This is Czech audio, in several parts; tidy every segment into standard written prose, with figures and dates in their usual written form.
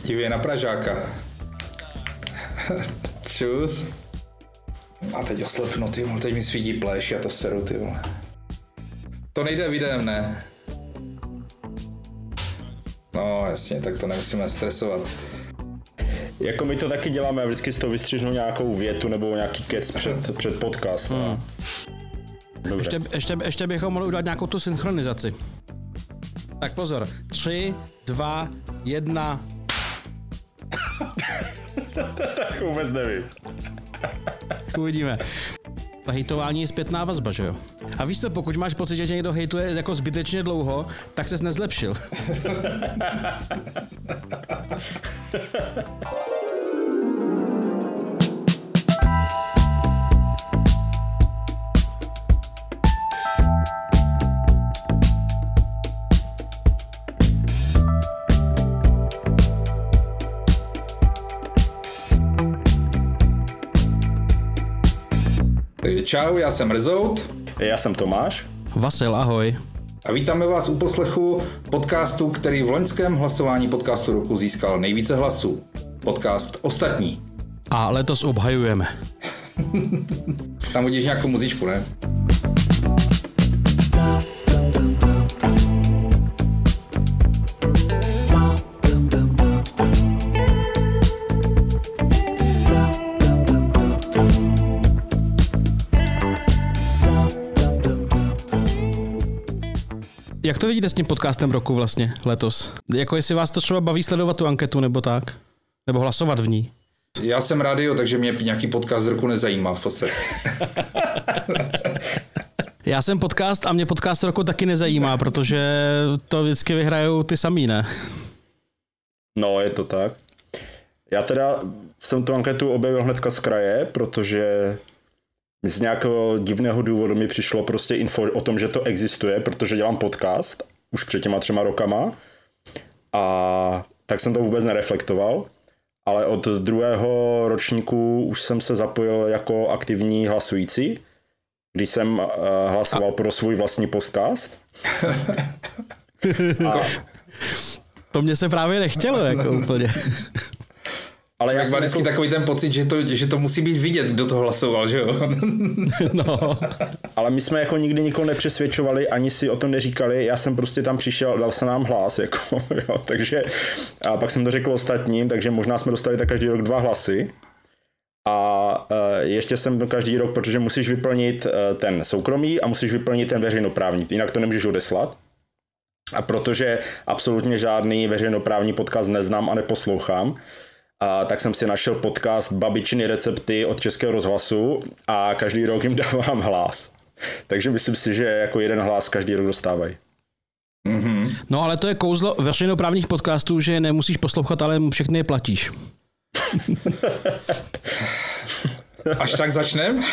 Dívej na Pražáka. Čus. A teď oslepnu, ty vole, teď mi svítí pleš, já to seru, ty vole. To nejde videem, ne? No jasně, tak to nemusíme stresovat. Jako my to taky děláme, já vždycky z toho vystřihnu nějakou větu nebo nějaký kec před podcast. Ještě bychom mohli udělat nějakou tu synchronizaci. Tak pozor, 3, 2, 1. Tak vůbec nevím. Uvidíme. Ta hejtování je zpětná vazba, že jo? A víš co, pokud máš pocit, že tě někdo hejtuje jako zbytečně dlouho, tak ses nezlepšil. Čau, já jsem Rzout. Já jsem Tomáš. Vasil, ahoj. A vítáme vás u poslechu podcastu, který v loňském hlasování podcastu roku získal nejvíce hlasů. Podcast Ostatní. A letos obhajujeme. Tam hodíš nějakou muzičku, ne? Jak to vidíte s tím podcastem roku vlastně letos? Jako jestli vás to třeba baví sledovat tu anketu nebo tak? Nebo hlasovat v ní? Já jsem rádio, takže mě nějaký podcast roku nezajímá v podstatě. Já jsem podcast a mě podcast roku taky nezajímá, protože to vždycky vyhrajou ty samý, ne? No, je to tak. Já teda jsem tu anketu objevil hnedka z kraje, protože z nějakého divného důvodu mi přišlo prostě info o tom, že to existuje, protože dělám podcast už před těma 3 rokama a tak jsem to vůbec nereflektoval, ale od 2. ročníku už jsem se zapojil jako aktivní hlasující, když jsem hlasoval pro svůj vlastní podcast. To mě se právě nechtělo jako úplně. Ale jak má vždycky takový ten pocit, že to musí být vidět, kdo to hlasoval, že jo? No. Ale my jsme jako nikdy nikoho nepřesvědčovali, ani si o tom neříkali, já jsem prostě tam přišel, dal se nám hlas, jako, jo, takže a pak jsem to řekl ostatním, takže možná jsme dostali tak každý rok 2 hlasy. A ještě jsem každý rok, protože musíš vyplnit ten soukromý a musíš vyplnit ten veřejnoprávní, jinak to nemůžeš odeslat. A protože absolutně žádný veřejnoprávní podcast neznám a neposlouchám, tak jsem si našel podcast Babičiny recepty od Českého rozhlasu a každý rok jim dávám hlas. Takže myslím si, že jako 1 hlas každý rok dostávají. Mm-hmm. No ale to je kouzlo veřejnoprávních podcastů, že nemusíš poslouchat, ale všechny je platíš. Až tak začnem?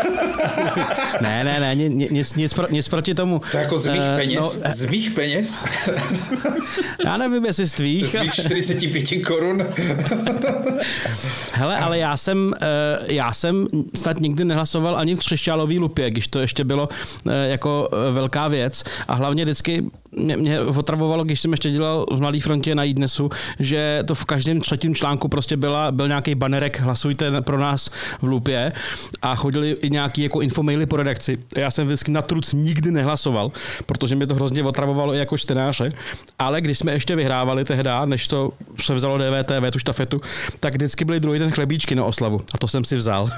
Ne, nic proti tomu. To jako z mých peněz? Z mých peněz? Já nevím, jestli z tvých. Z mých 45 korun. Hele, ale já jsem snad nikdy nehlasoval ani v křišťálový lupě, když to ještě bylo jako velká věc. A hlavně vždycky mě otravovalo, když jsem ještě dělal v Mladé frontě na iDnesu, že to v každém 3. článku prostě byl nějaký banerek hlasujte pro nás v lupě a chodili i nějaký jako infomaily po redakci. Já jsem vždycky na truc nikdy nehlasoval, protože mě to hrozně otravovalo i jako čtenáře, ale když jsme ještě vyhrávali tehda, než to převzalo DVTV, tu štafetu, tak vždycky byly druhý den chlebíčky na oslavu a to jsem si vzal.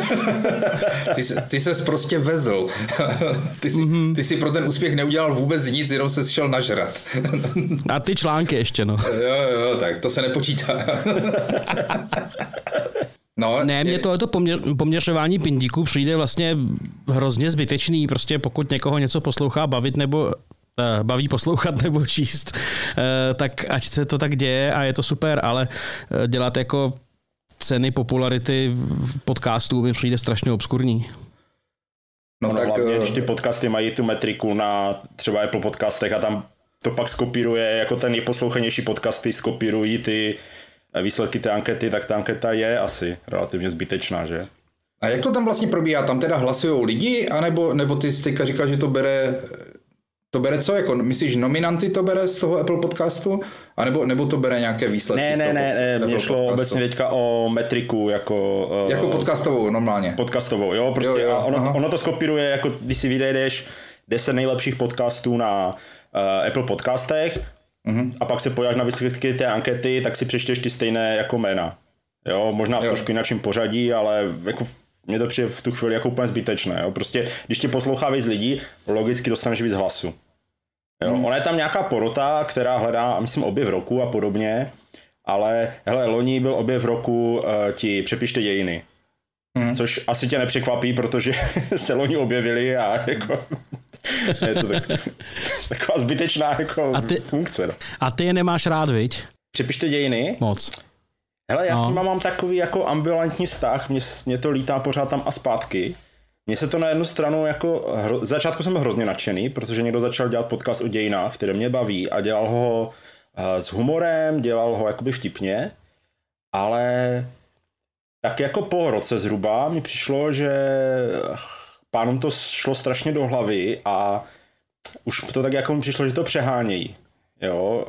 Ty ses prostě vezl. Ty si pro ten úspěch neudělal vůbec nic, jenom se šel nažrat. A ty články ještě, no. Jo, tak to se nepočítá. No, ne, mně tohleto poměřování pindíků přijde vlastně hrozně zbytečný, prostě pokud někoho něco poslouchá baví poslouchat nebo číst, tak ať se to tak děje a je to super, ale dělat jako ceny popularity podcastů mi přijde strašně obskurní. No tak hlavně, když ty podcasty mají tu metriku na třeba Apple podcastech a tam to pak skopíruje, jako ten nejposlouchanější podcasty skopírují ty výsledky té ankety, tak ta anketa je asi relativně zbytečná, že? A jak to tam vlastně probíhá? Tam teda hlasujou lidi, anebo ty teďka říkal, že to bere to bere co? Jako, myslíš, nominanty to bere z toho Apple podcastu? A nebo to bere nějaké výsledky? Ne, mě šlo obecně teďka o metriku jako podcastovou normálně. Podcastovou, jo, prostě jo, ono to skopíruje, jako když si vyjdeš 10 nejlepších podcastů na Apple podcastech a pak se podíváš na výsledky té ankety, tak si přečteš ty stejné jako jména. Jo, možná v trošku jináčím pořadí, ale jako mně to přijde v tu chvíli jako úplně zbytečné. Jo. Prostě, když tě poslouchá víc lidí, logicky dostaneš víc hlasu. Jo. Ona je tam nějaká porota, která hledá, myslím, objev roku a podobně, ale hele, loni byl objev roku ti Přepište dějiny. Což asi tě nepřekvapí, protože se loni objevili a jako... je to taková zbytečná jako funkce. No. A ty je nemáš rád, viď? Přepište dějiny? Moc. Hele, já s nima mám takový jako ambulantní vztah, mě to lítá pořád tam a zpátky. Mně se to na jednu stranu jako, z začátku jsem byl hrozně nadšený, protože někdo začal dělat podcast o dějinách, který mě baví a dělal ho s humorem, dělal ho jakoby vtipně, ale tak jako po roce zhruba mi přišlo, že pánům to šlo strašně do hlavy a už to tak jako mi přišlo, že to přehánějí. Jo,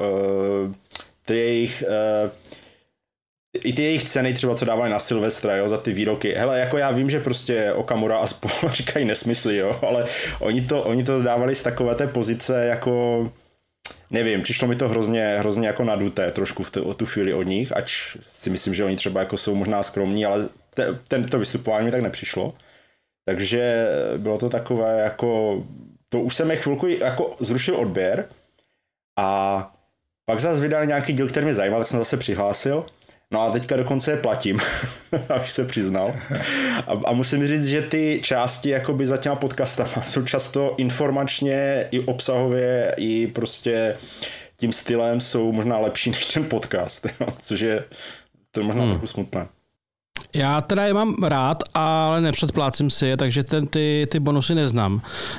i ty jejich ceny třeba, co dávali na Silvestra, jo, za ty výroky. Hele, jako já vím, že prostě Okamura a spolu říkají nesmysly, jo, ale oni to dávali z takové té pozice jako, nevím, přišlo mi to hrozně jako naduté trošku o tu chvíli od nich, ač si myslím, že oni třeba jako jsou možná skromní, ale to vystupování mi tak nepřišlo. Takže bylo to takové jako, to už jsem je chvilku jako zrušil odběr a pak zase vydali nějaký díl, který mě zajímal, tak jsem zase přihlásil. No a teďka dokonce je platím, abych se přiznal. A musím říct, že ty části jakoby za těma podcastama jsou často informačně i obsahově i prostě tím stylem jsou možná lepší než ten podcast, což je to možná trochu smutné. Já teda je mám rád, ale nepředplácím si je, takže ty bonusy neznám.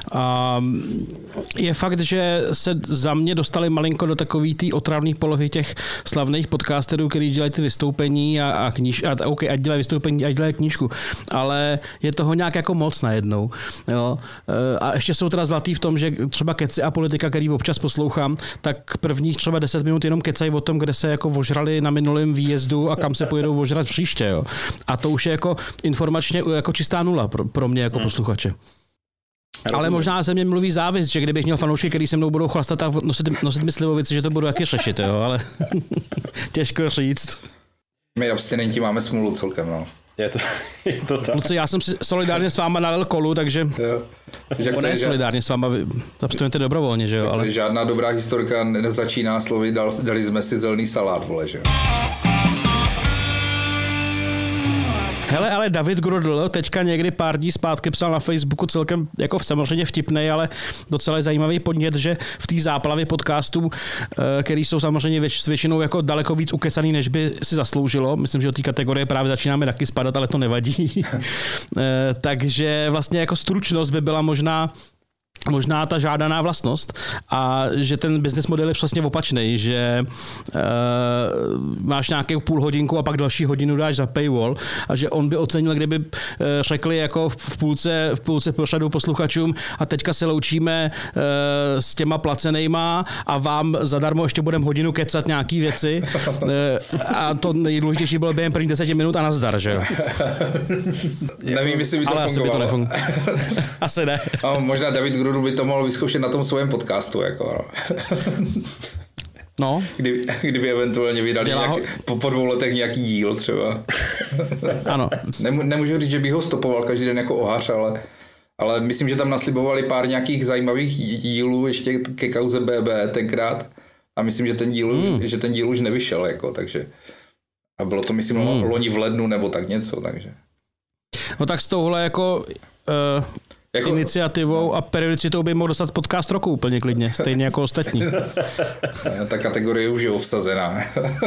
Je fakt, že se za mě dostali malinko do takový té otravné polohy těch slavných podcasterů, který dělají ty vystoupení a ať dělají vystoupení, ať dělají knížku, ale je toho nějak jako moc najednou. Jo? A ještě jsou teda zlatý v tom, že třeba Keci a politika, který občas poslouchám, tak prvních třeba 10 minut jenom kecají o tom, kde se jako ožrali na minulém výjezdu a kam se pojedou ožrat příště. Jo? A to už je jako informačně jako čistá nula pro mě jako posluchače. Ale možná ze mě mluví závist, že kdybych měl fanoušky, který se mnou budou chlastat a nosit mi slivovici, že to budu taky řešit, jo, ale těžko říct. My abstinenti máme smůlu celkem, no. Je to tak. Luci, já jsem si solidárně s váma nalil kolu, takže on je solidárně s váma, abstinujete dobrovolně, že jo. Ale žádná dobrá historka nezačíná slovy dali jsme si zelený salát, vole, že jo. Hele, ale David Grudl teďka někdy pár dní zpátky psal na Facebooku celkem jako samozřejmě vtipnej, ale docela zajímavý podnět, že v té záplavě podcastů, který jsou samozřejmě většinou jako daleko víc ukecaný, než by si zasloužilo. Myslím, že do té kategorie právě začínáme taky spadat, ale to nevadí. Takže vlastně jako stručnost by byla možná ta žádaná vlastnost a že ten business model je přesně opačný, že máš nějakou půl hodinku a pak další hodinu dáš za paywall a že on by ocenil, kdyby řekli jako v půlce pořadu posluchačům a teďka se loučíme s těma placenejma a vám zadarmo ještě budeme hodinu kecat nějaký věci a to nejdůležitější bylo během prvních 10 minut a nazdar, že jo? Nevím, jestli by to ale fungovalo. Ale asi by to nefungovalo. Asi ne. A možná David Grudl by to mohl vyzkoušet na tom svém podcastu, jako no. Kdyby eventuálně vydali po 2 letech nějaký díl třeba. Ano. Nemůžu říct, že bych ho stopoval každý den jako ohař, ale myslím, že tam naslibovali pár nějakých zajímavých dílů ještě ke kauze BB tenkrát a myslím, že ten díl už nevyšel, jako, takže a bylo to, myslím, loni v lednu nebo tak něco, takže. No tak s touhle jako iniciativou a periodicitou by mohl dostat podcast roku úplně klidně, stejně jako ostatní. Ta kategorie už je obsazená.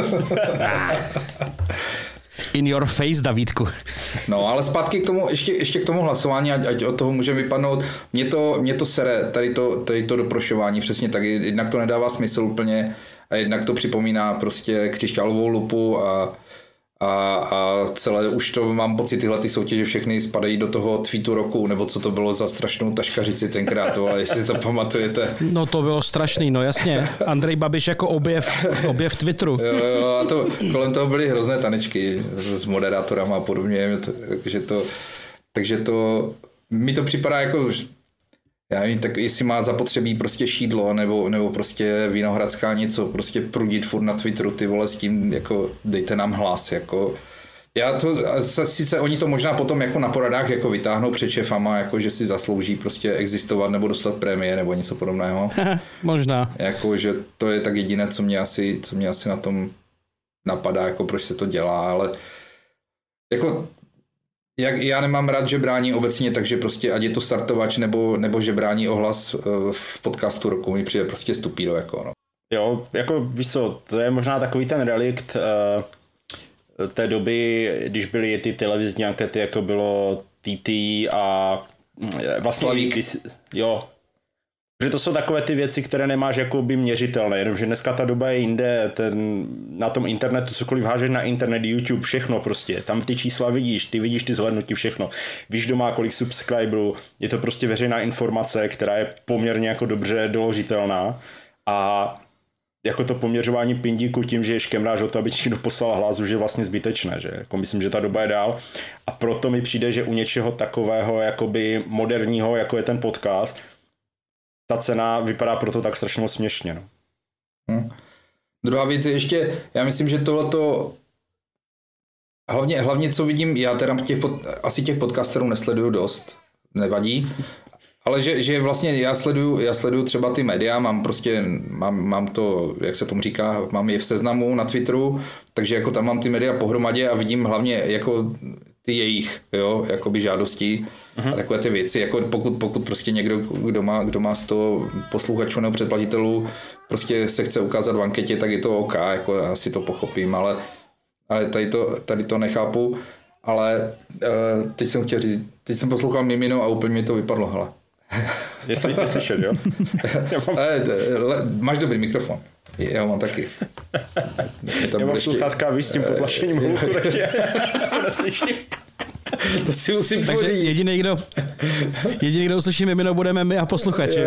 In your face, Davídku. No, ale zpátky k tomu, ještě k tomu hlasování, ať od toho může vypadnout. Mě to sere, tady to doprošování, přesně tak. Jednak to nedává smysl úplně a jednak to připomíná prostě křišťálovou lupu a a celé už to mám pocit, tyhle ty soutěže všechny spadají do toho tweetu roku, nebo co to bylo za strašnou taškařici tenkrát, ale jestli si to pamatujete. No to bylo strašný, no jasně. Andrej Babiš jako objev Twitteru. Jo, a kolem toho byly hrozné tanečky s moderátorama a podobně, takže to mi to připadá jako, já nevím, tak jestli má zapotřebí prostě šídlo nebo prostě Vinohradská něco, prostě prudit furt na Twitteru, ty vole, s tím jako dejte nám hlas, jako sice oni to možná potom jako na poradách jako vytáhnou před šéfama, jako že si zaslouží prostě existovat nebo dostat prémie nebo něco podobného. Možná. Jako, že to je tak jediné, co mě asi na tom napadá, jako proč se to dělá, ale jako já nemám rád žebrání obecně, takže prostě ať je to startovač nebo žebrání ohlas v podcastu roku, mi přijde prostě stupído, jako no. Jo, jako víš co, to je možná takový ten relikt té doby, když byly ty televizní ankety, jako bylo TT a vlastně jo. Že to jsou takové ty věci, které nemáš jakoby měřitelné, jenomže dneska ta doba je jinde, na tom internetu cokoliv hážeš na internet, YouTube, všechno prostě, tam ty čísla vidíš ty zhlédnutí, všechno. Víš, kdo má kolik subscriberů, je to prostě veřejná informace, která je poměrně jako dobře doložitelná a jako to poměřování pindíku tím, že je škemráš o to, aby ti poslal hlas, už je vlastně zbytečné, že? Jako myslím, že ta doba je dál a proto mi přijde, že u něčeho takového jakoby moderního, jako je ten podcast, ta cena vypadá proto tak strašně moc směšně. No. Druhá věc je ještě, já myslím, že tohleto hlavně co vidím, já teda asi těch podcasterů nesleduju dost, nevadí, ale že vlastně já sleduju třeba ty média, mám to, jak se tomu říká, mám je v seznamu na Twitteru, takže jako tam mám ty média pohromadě a vidím hlavně jako ty jejich, jo, jakoby žádosti a takové ty věci, jako pokud prostě někdo, kdo má 100 posluchačů nebo předplatitelů, prostě se chce ukázat v anketě, tak je to OK, jako asi to pochopím, ale tady to nechápu, ale teď jsem chtěl říct, teď jsem poslouchal Mimino a úplně mi to vypadlo, hele. Jestli slyšet, jo? Máš dobrý mikrofon. Já mám taky. Já mám sluchátka, víš, s tím potlačením hluku, takže to neslyším. To si musím takže pořídit. Jediný, kdo uslyší Mimino, budeme my a posluchači.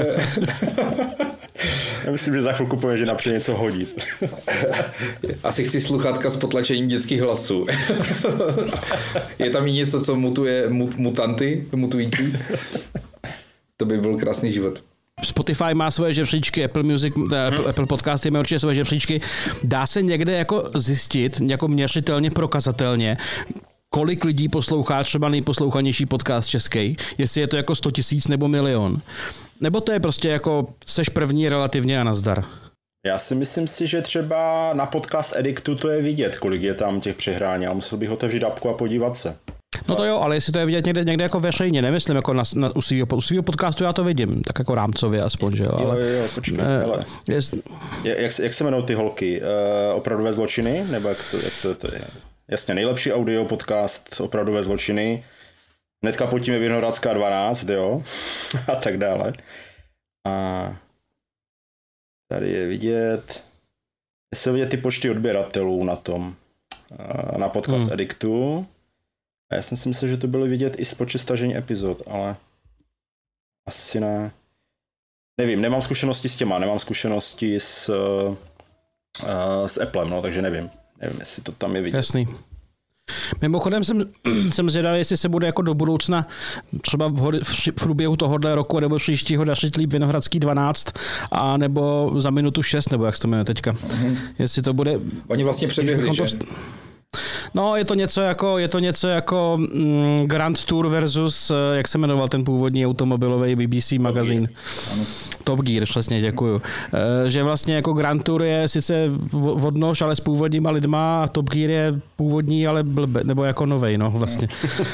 Já myslím, že za chvilku povím, že napřed něco hodí. Asi chci sluchátka s potlačením dětských hlasů. Je tam i něco, co mutuje mutující? To by byl krásný život. Spotify má svoje žebříčky, Apple Music, Apple Podcasty má určitě svoje žebříčky. Dá se někde jako zjistit, jako měřitelně, prokazatelně, kolik lidí poslouchá třeba nejposlouchanější podcast český, jestli je to jako 100 000 nebo milion. Nebo to je prostě jako seš první relativně a nazdar. Já si myslím že třeba na podcast Edictu to je vidět, kolik je tam těch přehrání, ale musel bych otevřít apku a podívat se. No to jo, ale jestli to je vidět někde jako veřejně, nemyslím jako u svýho podcastu, já to vidím, tak jako rámcově aspoň, že jo. Ale, jo, počkej, hele. Jak se jmenují ty holky? Opravdové zločiny? Nebo jak to je? Jasně, nejlepší audio podcast Opravdové zločiny. Hnedka pod tím je Vinohradská 12, jo. A tak dále. A tady je vidět ty počty odběratelů na tom. Na podcast Edictu. A já jsem si myslel, že to bylo vidět i z počtu stažení epizod, ale asi ne. Nevím, nemám zkušenosti s těma, nemám zkušenosti s Applem, no, takže nevím, jestli to tam je vidět. Jasný. Mimochodem jsem zvědavý, jestli se bude jako do budoucna třeba v průběhu tohohle roku nebo příštího dařit líp Vinohradský 12 a nebo za minutu 6, nebo jak se to jmenuje teďka. Jestli to bude... Oni vlastně předběhli, že? No, je to něco jako Grand Tour versus, jak se jmenoval ten původní automobilový BBC magazín. Top Gear, přesně, děkuju. Že vlastně jako Grand Tour je sice odnož, ale s původníma lidma a Top Gear je původní, ale blbý, nebo jako novej, no vlastně.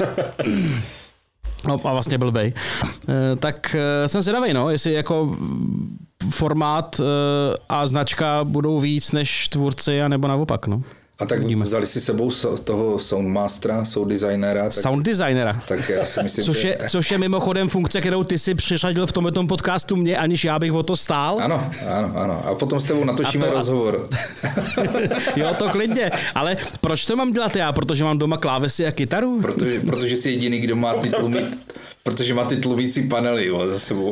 No a vlastně blbej. Tak jsem zvědavej, no, jestli jako formát a značka budou víc než tvůrci, a nebo naopak, no. A tak vzali si sebou toho soundmastera, sound designera. Tak já si myslím, což je mimochodem funkce, kterou ty si přiřadil v tomto podcastu mě, aniž já bych o to stál. Ano. A potom s tebou natočíme rozhovor. Jo, to klidně. Ale proč to mám dělat já? Protože mám doma klávesy a kytaru? Protože jsi jediný, kdo má ty protože má ty tlumící panely za sebou.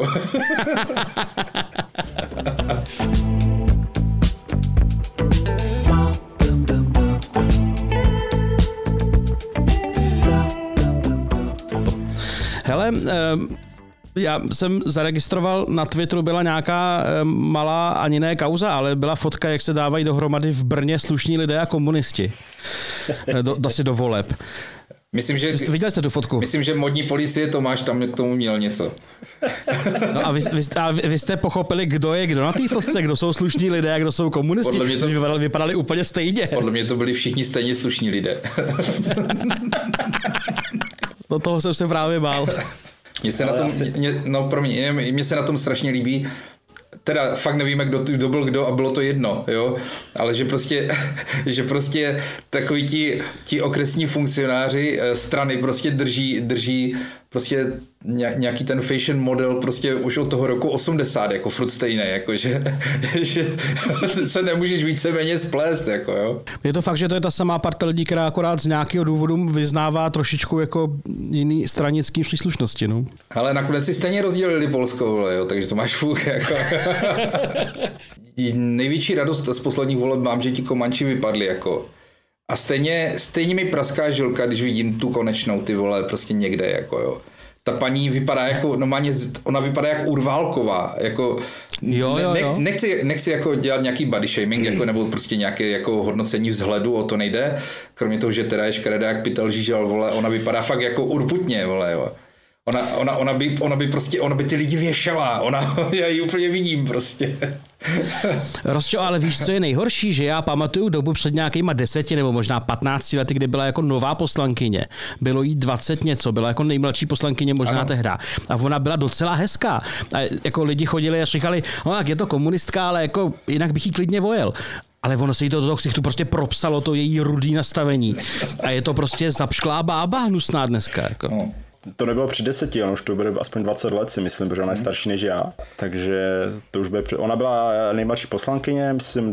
Hele, já jsem zaregistroval na Twitteru, byla nějaká malá ani ne kauza, ale byla fotka, jak se dávají dohromady v Brně slušní lidé a komunisti. Asi do voleb. Viděli jste tu fotku? Myslím, že modní policie Tomáš tam k tomu měl něco. No a vy jste pochopili, kdo je kdo na té fotce, kdo jsou slušní lidé a kdo jsou komunisti? Vypadali úplně stejně. Podle mě to byli všichni stejně slušní lidé. Do toho jsem se právě bál. Mně se na tom strašně líbí. Teda fakt nevíme, kdo byl kdo a bylo to jedno, jo, ale že prostě takoví ti okresní funkcionáři strany prostě drží prostě nějaký ten fashion model prostě už od toho roku 80, jako furt stejný, jako že se nemůžeš víceméně splést, jako jo. Je to fakt, že to je ta samá parta lidí, která akorát z nějakého důvodu vyznává trošičku jako jiný stranický příslušnosti, no. Ale nakonec si stejně rozdělili Polsko, jo, takže to máš fuk, jako. Největší radost z posledních voleb mám, že ti Komanči vypadli, jako. A stejně mi praská žilka, když vidím tu konečnou, ty vole, prostě někde, jako jo. Ta paní vypadá jako, normálně, ona vypadá jak Urválková, jako, jo. Nechci jako dělat nějaký body shaming, jako, nebo prostě nějaké jako hodnocení vzhledu, o to nejde, kromě toho, že teda je škaredá jak pytel žížal, vole, ona vypadá fakt jako urputně, vole, jo. Ona by ty lidi věšela, já ji úplně vidím prostě. Rostě, ale víš, co je nejhorší, že já pamatuju dobu před nějakýma 10 nebo možná 15 lety, kdy byla jako nová poslankyně. Bylo jí 20 něco, byla jako nejmladší poslankyně možná tehda. A ona byla docela hezká. A jako lidi chodili a říkali, no tak je to komunistka, ale jako jinak bych jí klidně vojel. Ale ono se jí to do toho ksichtu prostě propsalo, to její rudý nastavení. A je to prostě zapšklá bába hnusná dneska. Jako. No. To nebylo při 10, ono už to bude aspoň 20 let, si myslím, protože ona je starší než já. Takže to už bude... Ona byla nejmladší poslankyně, myslím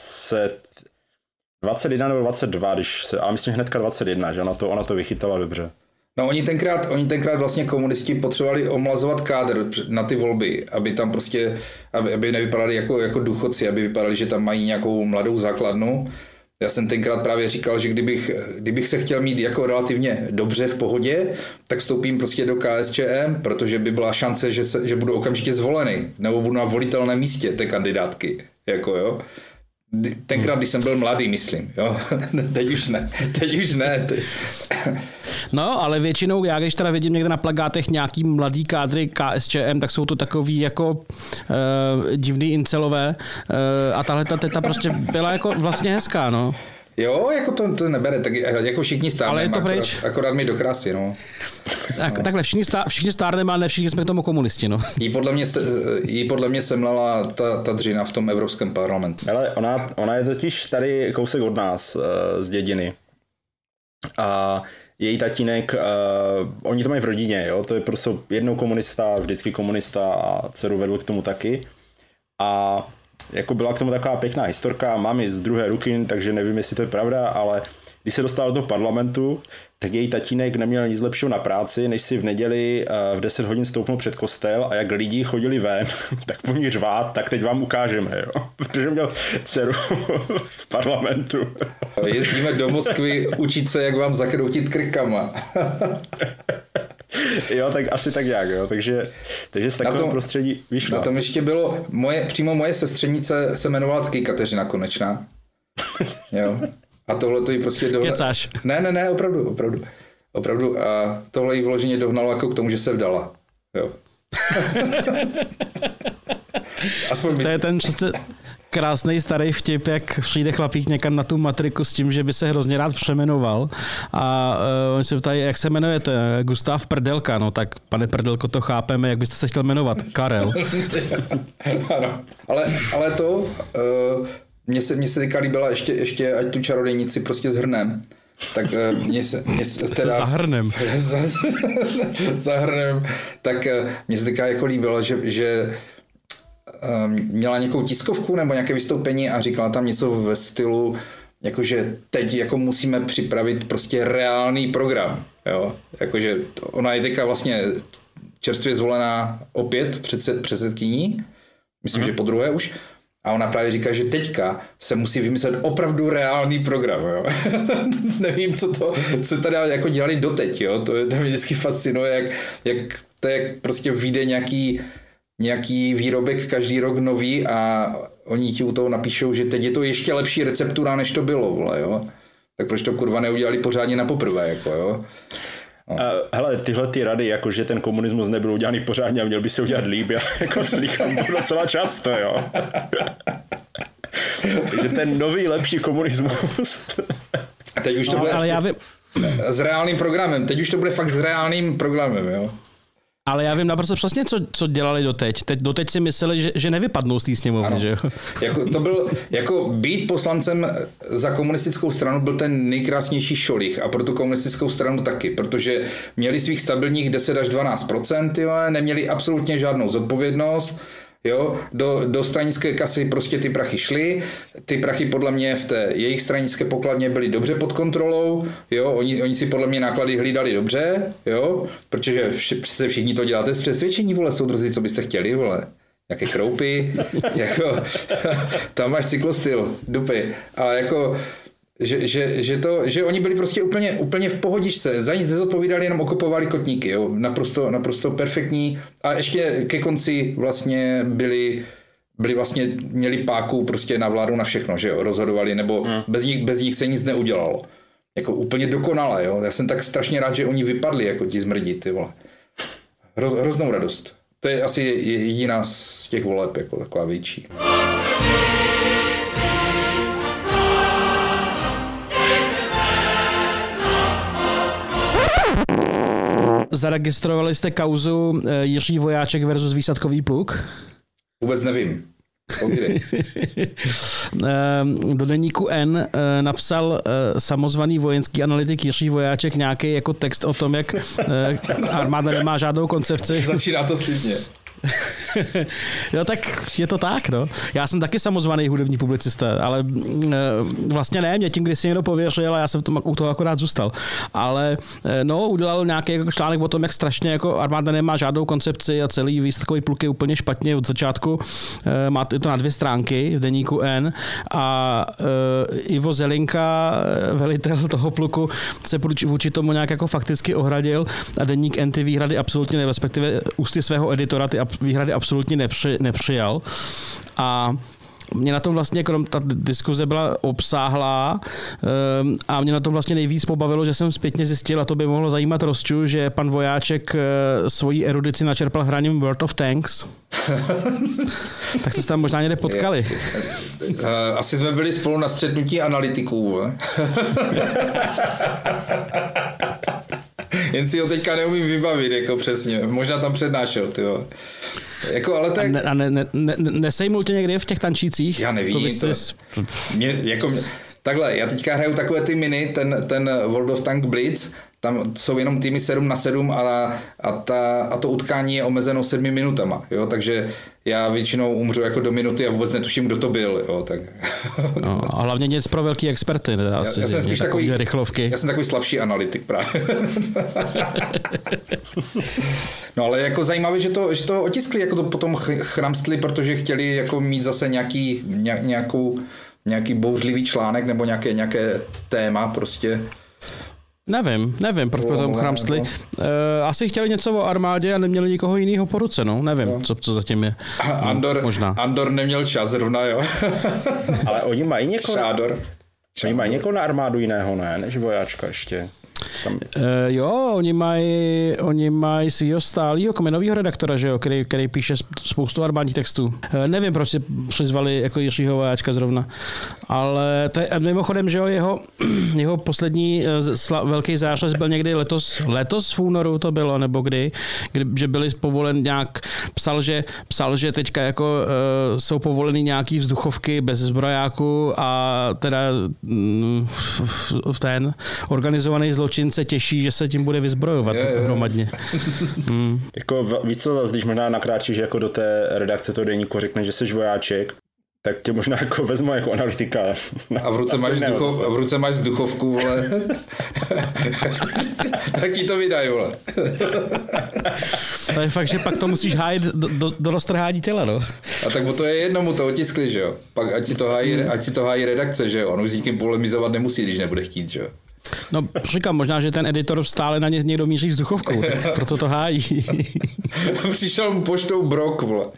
21 nebo 22, a myslím hnedka 21, že ona to vychytala dobře. No oni tenkrát vlastně komunisti potřebovali omlazovat kádr na ty volby, aby tam prostě, aby nevypadali jako důchodci, aby vypadali, že tam mají nějakou mladou základnu. Já jsem tenkrát právě říkal, že kdybych se chtěl mít jako relativně dobře v pohodě, tak vstoupím prostě do KSČM, protože by byla šance, že budu okamžitě zvolený, nebo budu na volitelném místě té kandidátky, jako jo. Tenkrát, když jsem byl mladý, myslím, jo. Teď už ne. No, ale většinou, já když teda vidím někde na plakátech nějaký mladý kádry KSČM, tak jsou to takový jako divný incelové a tahle ta teta prostě byla jako vlastně hezká, no. Jo, jako to nebere, tak jako všichni stárneme, akorát mi do krásy, no. Takhle, všichni stárneme, ale ne všichni jsme k tomu komunisti, no. Jí podle mě semlala ta dřina v tom Evropském parlamentu. Ale ona je totiž tady kousek od nás, z dědiny. A její tatínek, oni to mají v rodině, jo, to je prostě jednou komunista, vždycky komunista a dceru vedl k tomu taky. A jako byla k tomu taková pěkná historka, mám ji z druhé ruky, takže nevím, jestli to je pravda, ale když se dostala do toho parlamentu, tak její tatínek neměl nic lepšího na práci, než si v neděli v 10 hodin stoupnul před kostel a jak lidi chodili ven, tak po ní řvát, tak teď vám ukážeme, jo, protože měl dceru v parlamentu. Jezdíme do Moskvy učit se, jak vám zakroutit krkama. Jo, tak asi tak nějak, jo, takže z takového prostředí vyšla. Na tom ještě bylo, přímo moje sestřenice se jmenovala taky Kateřina Konečná. Jo. A tohle to jí prostě Kecáš. Ne, opravdu. A tohle jí vloženě dohnalo jako k tomu, že se vdala. Jo. To je ten přece krásný starý vtip, jak přijde chlapík někam na tu matriku s tím, že by se hrozně rád přemenoval a oni se ptají, jak se jmenujete? Gustav Prdelka, no tak pane Prdelko, to chápeme, jak byste se chtěl jmenovat? Karel. Ano, ale to... Mně se teďka líbila ještě ať tu čarodějnici prostě zhrnem. Tak mně se teda... Zahrnem. Tak mně se teďka jako líbilo, že měla nějakou tiskovku nebo nějaké vystoupení a říkala tam něco ve stylu, jakože teď jako musíme připravit prostě reálný program. Jo? Jakože ona je teďka vlastně čerstvě zvolená opět předsedkyní, myslím, že po druhé už. A ona právě říká, že teďka se musí vymyslet opravdu reálný program. Jo? Nevím, co tady jako dělali doteď. Jo? To mě vždycky fascinuje, jak prostě vyjde nějaký výrobek každý rok nový a oni ti u toho napíšou, že teď je to ještě lepší receptura, než to bylo. Vole, jo? Tak proč to kurva neudělali pořádně na poprvé? Jako, jo? No. Hele, tyhle ty rady, jakože ten komunismus nebyl udělaný pořádně a měl by se udělat líp, já jako slychám docela často, jo. Takže ten nový, lepší komunismus. A teď už to bude s reálným programem, teď už to bude fakt s reálným programem, jo. Ale já vím naprosto přesně, co dělali doteď. Doteď si mysleli, že nevypadnou z té sněmovny, že jo? To byl, jako být poslancem za komunistickou stranu byl ten nejkrásnější šolich a pro tu komunistickou stranu taky, protože měli svých stabilních 10 až 12%, jo, neměli absolutně žádnou zodpovědnost, jo, do stranické kasy prostě ty prachy šly, ty prachy podle mě v té jejich stranické pokladně byly dobře pod kontrolou, jo, oni si podle mě náklady hlídali dobře, jo, protože přece všichni to děláte z přesvědčení, vole, soudruzi, co byste chtěli, vole, jaké kroupy, jako, tam máš cyklostyl, dupy, a jako, že oni byli prostě úplně v pohodičce, za nic nezodpovídali, jenom okopovali kotníky, jo? Naprosto perfektní a ještě ke konci vlastně byli vlastně, měli páku prostě na vládu na všechno, že jo, rozhodovali, nebo bez nich se nic neudělalo. Jako úplně dokonale, jo, já jsem tak strašně rád, že oni vypadli jako ti zmrdí, ty vole. Hroznou radost. To je asi jediná z těch voleb, jako taková větší. Zaregistrovali jste kauzu Jiří Vojáček versus Výsadkový pluk? Vůbec nevím. Do deníku N napsal samozvaný vojenský analytik Jiří Vojáček nějaký jako text o tom, jak armáda nemá žádnou koncepci. Začíná to slibně. Jo, tak je to tak, no. Já jsem taky samozvaný hudební publicista, ale vlastně ne, mě tím kdysi někdo pověřil a já jsem u toho akorát zůstal. Ale no, udělal nějaký jako článek o tom, jak strašně jako armáda nemá žádnou koncepci a celý výsadkový pluk je úplně špatně od začátku. Má to na 2 stránky v deníku N a Ivo Zelinka, velitel toho pluku, se vůči tomu nějak jako fakticky ohradil a deník N ty výhrady absolutně, respektive ústy svého editora ty výhrady absolutně nepřijal. A mě na tom vlastně, ta diskuze byla obsáhlá a mě na tom vlastně nejvíc pobavilo, že jsem zpětně zjistil, a to by mohlo zajímat Rosťu, že pan Vojáček svoji erudici načerpal hraním World of Tanks. Tak jste se tam možná někde potkali. Asi jsme byli spolu na střetnutí analytiků. Jen si ho teďka neumím vybavit, jako přesně. Možná tam přednášel, tyjo. Jako, ale tak... A nesejmul tě někdy v těch tančících? Já nevím. Takhle, já teďka hraju takové ty mini, ten World of Tank Blitz, tam jsou jenom týmy 7-7 a to utkání je omezeno 7 minutama, jo, takže já většinou umřu jako do minuty a vůbec netuším, kdo to byl, jo, tak. No, a hlavně nic pro velký experty, teda asi. Já jsem spíš takový rychlovky. Já jsem takový slabší analytik právě. No ale jako zajímavé, že to otiskli, jako to potom chramstli, protože chtěli jako mít zase nějaký bouřlivý článek nebo nějaké téma prostě. Nevím, proč potom chramstli. Asi chtěli něco o armádě a neměli nikoho jiného po ruce, no. Nevím, co zatím je. Andor neměl čas zrovna, jo. Ale oni mají někoho na armádu jiného, ne, než Vojáčka ještě. Jo, oni mají svýho stálýho kmenovýho redaktora, že jo, který píše spoustu armádních textů. Nevím, proč si přizvali jako Jiřího Vojáčka zrovna, ale to je mimochodem, že jo, jeho poslední velký zářez byl někdy letos v únoru to bylo, nebo kdy že byli povolen nějak, psal, že teďka jako jsou povoleny nějaký vzduchovky bez zbrojáku a teda ten organizovaný zločin se těší, že se tím bude vyzbrojovat hromadně. Jako víc co zase, když možná nakráčíš jako do té redakce toho deníku, řekneš, že jsi vojáček, tak tě možná jako vezmu jako analytika. A v ruce máš vzduchovku, vole. Tak ti to vydají, vole. To je fakt, že pak to musíš hájit do roztrhání těla, no. A tak mu to je jedno, mu to otiskli, že jo. Pak ať si to hájí redakce, že jo. On už s nikým polemizovat nemusí, když nebude chtít, že jo. No, říkám, možná, že ten editor stále na ně někdo míří vzduchovkou, tak proto to hájí. Přišel mu poštou brok, vole.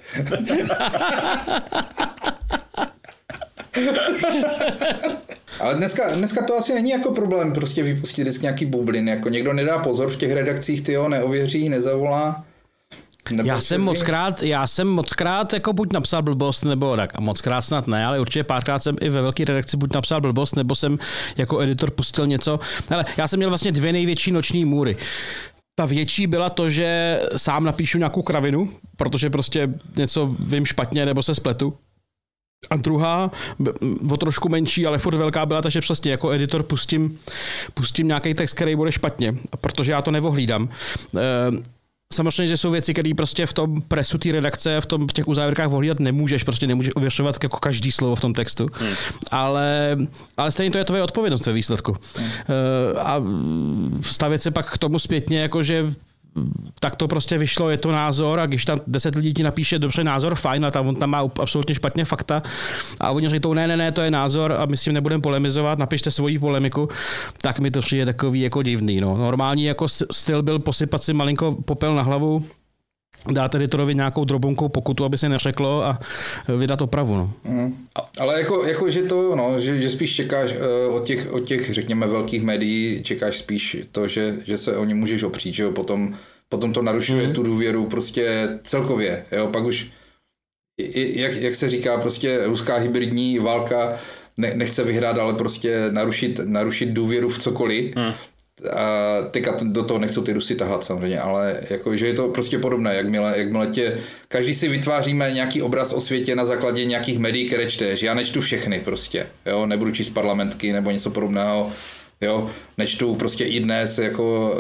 Ale dneska to asi není jako problém prostě vypustit vždycky nějaký bublin, jako někdo nedá pozor v těch redakcích, tyjo, neověří, nezavolá. Já jsem mockrát jako buď napsal blbost, nebo tak, a mockrát snad ne, ale určitě párkrát jsem i ve velké redakci buď napsal blbost, nebo jsem jako editor pustil něco. Ale já jsem měl vlastně 2 největší noční můry. Ta větší byla to, že sám napíšu nějakou kravinu, protože prostě něco vím špatně nebo se spletu. A druhá, o trošku menší, ale furt velká byla, takže přesně jako editor pustím nějaký text, který bude špatně, protože já to nevohlídám. Samozřejmě, že jsou věci, které prostě v tom presu té redakce, v těch uzávěrkách ohlídat nemůžeš, prostě nemůžeš ověřovat jako každý slovo v tom textu. Ale stejně to je tvoje odpovědnost ve výsledku. A stavět se pak k tomu zpětně, jakože tak to prostě vyšlo, je to názor a když tam 10 lidí ti napíše dobře názor, fajn, a on tam má absolutně špatně fakta a oni říkají, ne, to je názor a my s tím nebudeme polemizovat, napište svoji polemiku, tak mi to přijde takový jako divný. No. Normální jako styl byl posypat si malinko popel na hlavu, dát editorovi nějakou drobunkou pokutu, aby se neřeklo a vydat opravu. No. Ale jako že to, no, že spíš čekáš od těch, řekněme, velkých médií, čekáš spíš to, že se o ně můžeš opřít, že jo, potom to narušuje tu důvěru prostě celkově, jo, pak už, jak se říká, prostě ruská hybridní válka nechce vyhrát, ale prostě narušit důvěru v cokoliv. A teďka do toho nechcou ty Rusy tahat samozřejmě, ale jako, že je to prostě podobné, jakmile každý si vytváříme nějaký obraz o světě na základě nějakých médií, které čteš. Já nečtu všechny prostě, jo, nebudu číst Parlamentky nebo něco podobného, jo, nečtu prostě i dnes, jako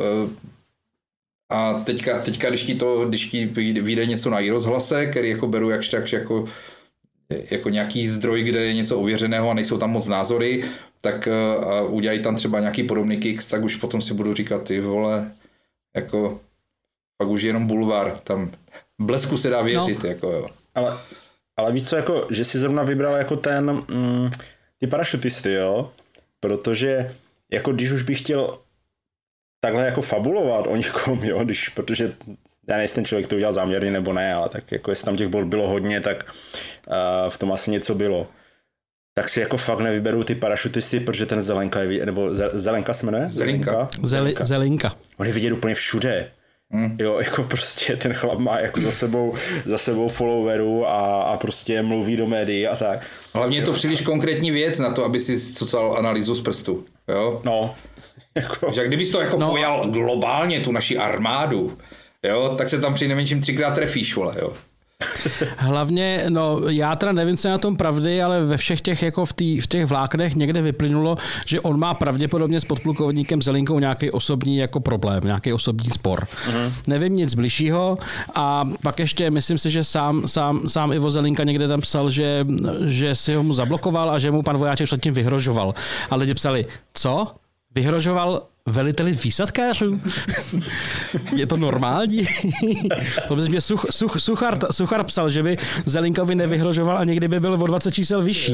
a teďka když ti vyjde něco na iRozhlase, který jako beru jakž tak, jako nějaký zdroj, kde je něco ověřeného a nejsou tam moc názory, tak a udělají tam třeba nějaký podobný kicks, tak už potom si budu říkat, ty vole, jako pak už jenom bulvár, tam blesku se dá věřit, no. Jako jo. Ale víš co, jako, že si zrovna vybral jako ty parašutisty, jo, protože jako když už bych chtěl takhle jako fabulovat o někom, jo, protože já nejsem ten člověk, to udělal záměrně nebo ne, ale tak jako jestli tam těch bod bylo hodně, tak v tom asi něco bylo. Tak si jako fakt nevyberu ty parašutisty, protože ten Zelenka je, nebo Zelenka se jmenuje? Zelenka. On je vidět úplně všude. Jo, jako prostě ten chlap má jako za sebou followerů a prostě mluví do médií a tak. Hlavně je to příliš konkrétní věc na to, aby si cucal analýzu z prstu, jo? No. Jako... Že kdybys to jako pojal globálně, tu naši armádu, jo, tak se tam při nejmenším 3krát trefíš, vole, jo. Hlavně, no já teda nevím, co je na tom pravdy, ale ve všech těch, jako v těch vláknech někde vyplynulo, že on má pravděpodobně s podplukovníkem Zelinkou nějaký osobní jako problém, nějaký osobní spor. Nevím nic bližšího a pak ještě myslím si, že sám Ivo Zelinka někde tam psal, že si ho mu zablokoval a že mu pan Vojáček předtím vyhrožoval. A lidi psali, co? Vyhrožoval veliteli výsadkářů? Je to normální? To myslím, že Suchar psal, že by Zelinkovi nevyhrožoval a někdy by byl o 20 čísel vyšší.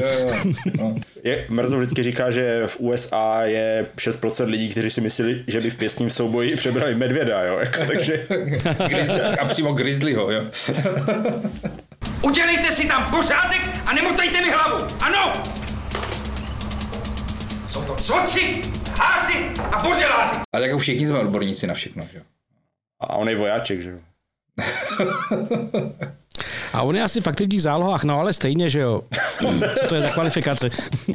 Mrzlo vždycky říká, že v USA je 6% lidí, kteří si mysleli, že by v pěstním souboji přebrali medvěda, jo? Takže... a přímo grizzlyho, jo? Udělejte si tam pořádek a nemotejte mi hlavu, ano! Jsou to coci Hási a bordeláři. Ale jako všichni jsme odborníci na všechno, že jo. A on je vojáček, že jo. A on je asi v aktivních zálohách, no ale stejně, že jo. Co to je za kvalifikaci?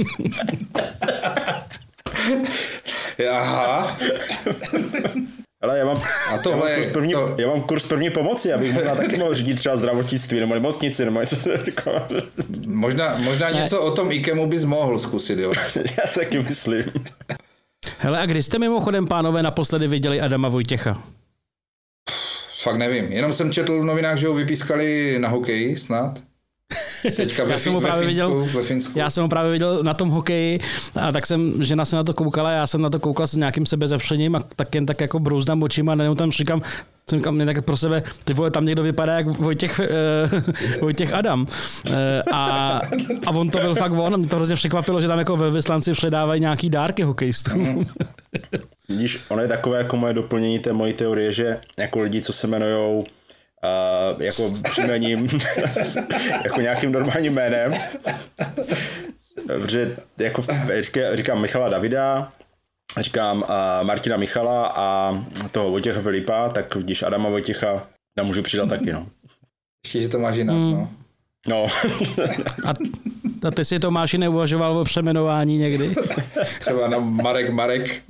Aha. Ale já mám kurz první pomoci, abych možná taky mohl řídit třeba zdravotnictví nebo nemocnici nebo něco takového. Možná něco o tom IKEMu bys mohl zkusit, jo. Já si taky myslím. Hele, a kdy jste mimochodem, pánové, naposledy viděli Adama Vojtěcha? Fakt nevím. Jenom jsem četl v novinách, že ho vypískali na hokeji snad. Teďka ve Finsku. Já jsem ho právě viděl na tom hokeji a tak žena se na to koukala, já jsem na to koukal s nějakým sebezapřením a tak jen tak jako brouzdám očima a nejenom tam říkám mě tak pro sebe, ty vole, tam někdo vypadá jak Vojtěch Adam. A on to byl fakt on, mě to hrozně překvapilo, že tam jako ve Vyslanci předávají nějaký dárky hokejistům. Vidíš, ono je takové jako moje doplnění té mojí teorie, že jako lidi, co se jmenujou jako příjmením, jako nějakým normálním jménem, protože jako říkám Michala Davida, říkám Martina Michala a toho Vojtěcha Filipa, tak vidíš Adama Vojtěcha, tam můžu přidat taky, no. Ještě, že to máš jinak, no. No. A ty si, Tomáši, neuvažoval o přeměnování někdy? Třeba na Marek.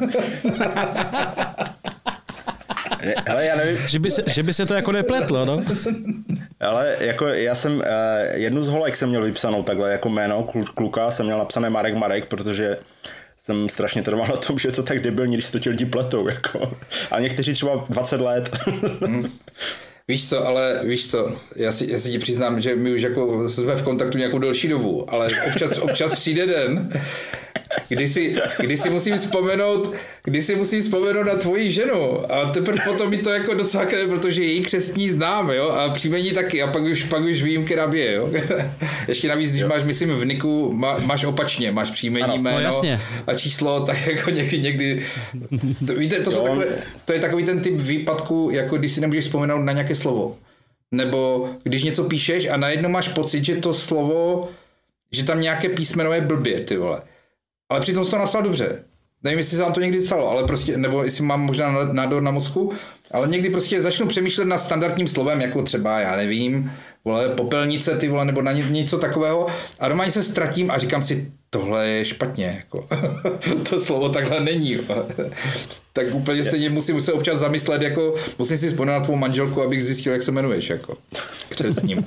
Hele, já nevím. Že by se to jako nepletlo, no? Ale jako já jsem jednu z holek jsem měl vypsanou takhle jako jméno kluka, jsem měl napsané Marek, protože jsem strašně trval na tom, že je to tak debilní, když si to ti lidi pletou, jako. A někteří třeba 20 let. Víš co, já si ti přiznám, že my už jako jsme v kontaktu nějakou delší dobu, ale občas přijde den, kdy si musím vzpomenout na tvoji ženu a teprve potom mi to jako docela, protože její křestní znám, jo, a příjmení taky a pak už vím, která bije, jo. Ještě navíc, když máš, myslím, v niku, máš opačně, máš příjmení, jméno a číslo, tak jako někdy víte, to je takový ten typ výpadku, jako když si nemůžeš vzpomenout na nějaké slovo. Nebo když něco píšeš a najednou máš pocit, že to slovo, že tam nějaké písmeno je blbě, ty vole. Ale přitom jsi to napsal dobře. Nevím, jestli se vám to někdy stalo, ale prostě, nebo jestli mám možná nádor na mozku, ale někdy prostě začnu přemýšlet nad standardním slovem, jako třeba, já nevím, vole, popelnice, ty vole, nebo na něco takového a normálně se ztratím a říkám si, tohle je špatně, jako. To slovo takhle není. Tak úplně stejně musím se občas zamyslet, jako musím si vzpomenout na tvou manželku, abych zjistil, jak se jmenuješ, jako křestním.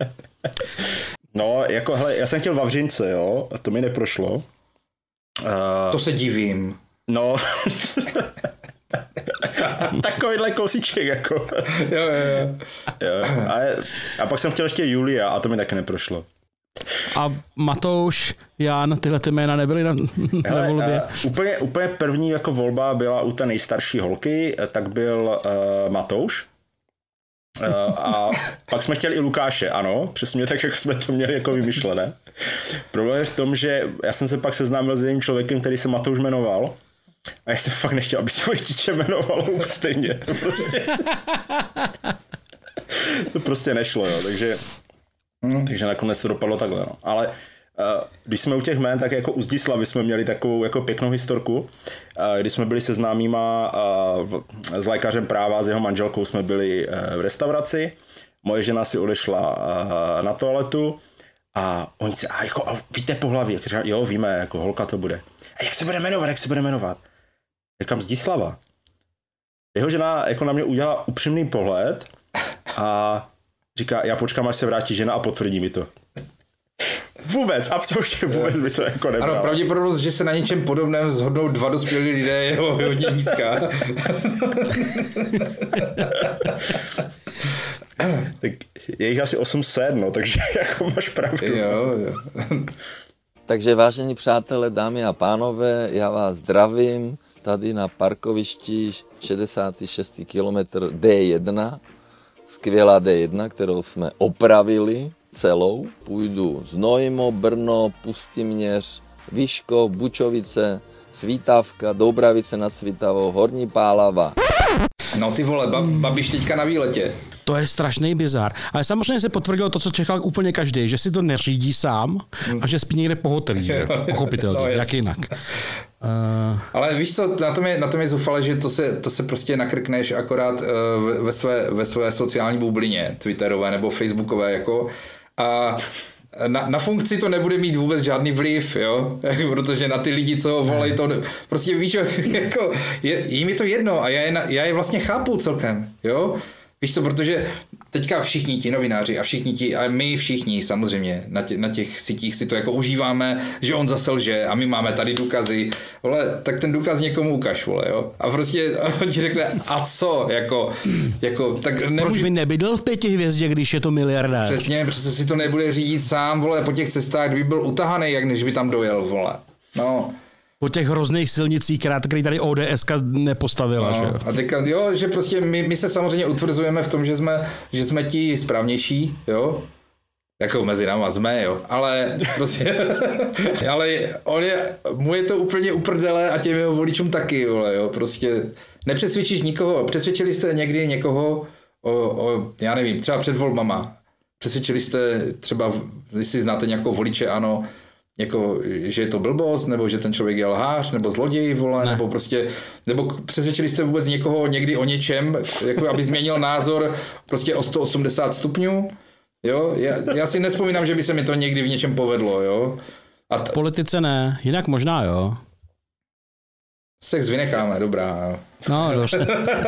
No, jako, hele, já jsem chtěl Vavřince, jo, a to mi neprošlo. To se divím. No. Takovýhle kousíček, jako. Jo. A pak jsem chtěl ještě Julia a to mi taky neprošlo. A Matouš, Jan, tyhle ty jména nebyly na volbě? Úplně první jako volba byla u té nejstarší holky, tak byl Matouš. A pak jsme chtěli i Lukáše, ano, přesně tak, jak jsme to měli jako vymyšlené. Problém je v tom, že já jsem se pak seznámil s jedním člověkem, který se Matouš jmenoval a já jsem fakt nechtěl, aby se moje dítě jmenovalo stejně. To prostě nešlo, jo, takže nakonec to dopadlo takhle, no. Ale když jsme u těch jmén, tak jako u Zdislavy jsme měli takovou jako pěknou historku, kdy jsme byli se známýma s lékařem práva, s jeho manželkou jsme byli v restauraci, moje žena si odešla na toaletu a oni se, jako, víte pohlaví, jo, víme, jako holka to bude. A jak se bude jmenovat? Říkám Zdislava. Jeho žena jako na mě udělala upřímný pohled a říká, já počkám, až se vrátí žena a potvrdí mi to. Vůbec, absolutně vůbec by to jako nebralo. Ano, pravděpodobnost, že se na něčem podobném shodnou dva dospělí lidé je hodně nízká. Tak je jich asi 800, no, takže jako máš pravdu. Jo. Takže vážení přátelé, dámy a pánové, já vás zdravím tady na parkovišti 66. kilometr D1. Skvělá D1, kterou jsme opravili celou. Půjdu Znojmo, Brno, Pustiměř, Vyškov, Bučovice, Svítavka, Doubravice nad Svítavou, Horní Pálava. No ty vole, Babiš teďka na výletě. To je strašný bizar. Ale samozřejmě se potvrdilo to, co čekal úplně každý, že si to neřídí sám a že spí někde po hotelí, že? Pochopitelně, no, jak jinak. Ale víš co, na tom je zoufale, že to se prostě nakrkneš akorát ve své sociální bublině, twitterové nebo facebookové, jako, a na funkci to nebude mít vůbec žádný vliv, jo, protože na ty lidi, co ho volají, to prostě víš, jako, jim je to jedno a já je vlastně chápu celkem, jo. Víš co, protože teďka všichni ti novináři a my všichni samozřejmě na těch sítích si to jako užíváme, že on zase lže a my máme tady důkazy, vole, tak ten důkaz někomu ukaž, vole, jo. A prostě on ti řekne, a co, jako tak nemůže... Proč by nebydl v 5 hvězdě, když je to miliardář? Přesně si to nebude řídit sám, vole, po těch cestách, kdyby byl utahaný, jak než by tam dojel, vole, no. Po těch hrozných silnicích, který tady ODSka nepostavila, no, že jo? A teďka, jo, že prostě my se samozřejmě utvrzujeme v tom, že jsme ti správnější, jo? Jako mezi náma jsme, jo? Ale prostě, mu je to úplně uprdele a těm jeho voličům taky, vole, jo? Prostě nepřesvědčíš nikoho, přesvědčili jste někdy někoho já nevím, třeba před volbama, přesvědčili jste třeba, jestli znáte nějakou voliče, ano, jako, že je to blbost, nebo že ten člověk je lhář, nebo zloděj, vole, nebo prostě, nebo přesvědčili jste vůbec někoho někdy o něčem, jako aby změnil názor prostě o 180 stupňů, jo, já si nevzpomínám, že by se mi to někdy v něčem povedlo, jo. V politice ne, jinak možná, jo. Sex vynecháme, dobrá, jo. No, dobře.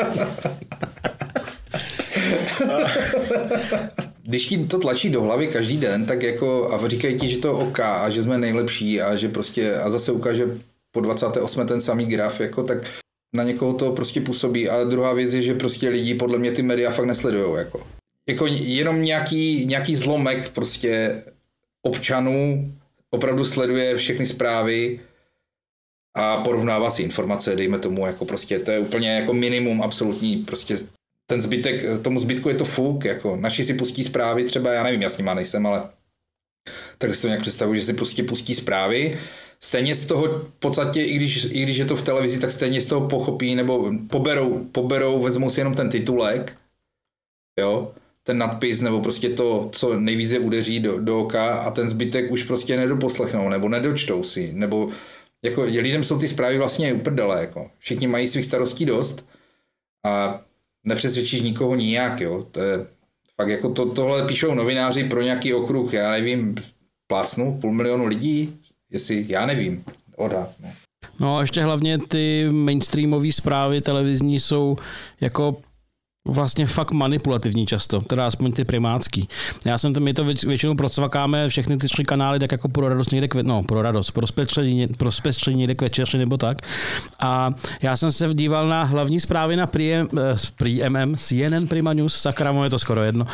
Když ti to tlačí do hlavy každý den, tak jako a říkají ti, že to OK a že jsme nejlepší a že prostě a zase ukáže po 28. ten samý graf, jako tak na někoho to prostě působí. Ale druhá věc je, že prostě lidi podle mě ty média fakt nesledujou, jako jenom nějaký zlomek prostě občanů opravdu sleduje všechny zprávy a porovnává si informace, dejme tomu, jako prostě to je úplně jako minimum absolutní, prostě ten zbytek, tomu zbytku je to fuk, jako naši si pustí zprávy, třeba já nevím, já s nima nejsem, ale tak si to nějak představuji, že si prostě pustí zprávy, stejně z toho v podstatě, i když je to v televizi, tak stejně z toho pochopí, nebo poberou, vezmou si jenom ten titulek, jo, ten nadpis, nebo prostě to, co nejvíce udeří do oka a ten zbytek už prostě nedoposlechnou, nebo nedočtou si, nebo jako lidem jsou ty zprávy vlastně uprdele, jako všichni mají svých starostí dost a nepřesvědčíš nikoho nijak, jo. To je fakt jako tohle píšou novináři pro nějaký okruh, já nevím, plácnu 500 000 lidí, jestli, já nevím, odhad. No a ještě hlavně ty mainstreamové zprávy televizní jsou jako vlastně fakt manipulativní často, teda aspoň ty primátský. My to většinou procvakáme všechny ty 3 kanály tak jako pro radost někde pro zpestření někde k večeři nebo tak. A já jsem se díval na hlavní zprávy na CNN Prima News, sakra, je to skoro jedno.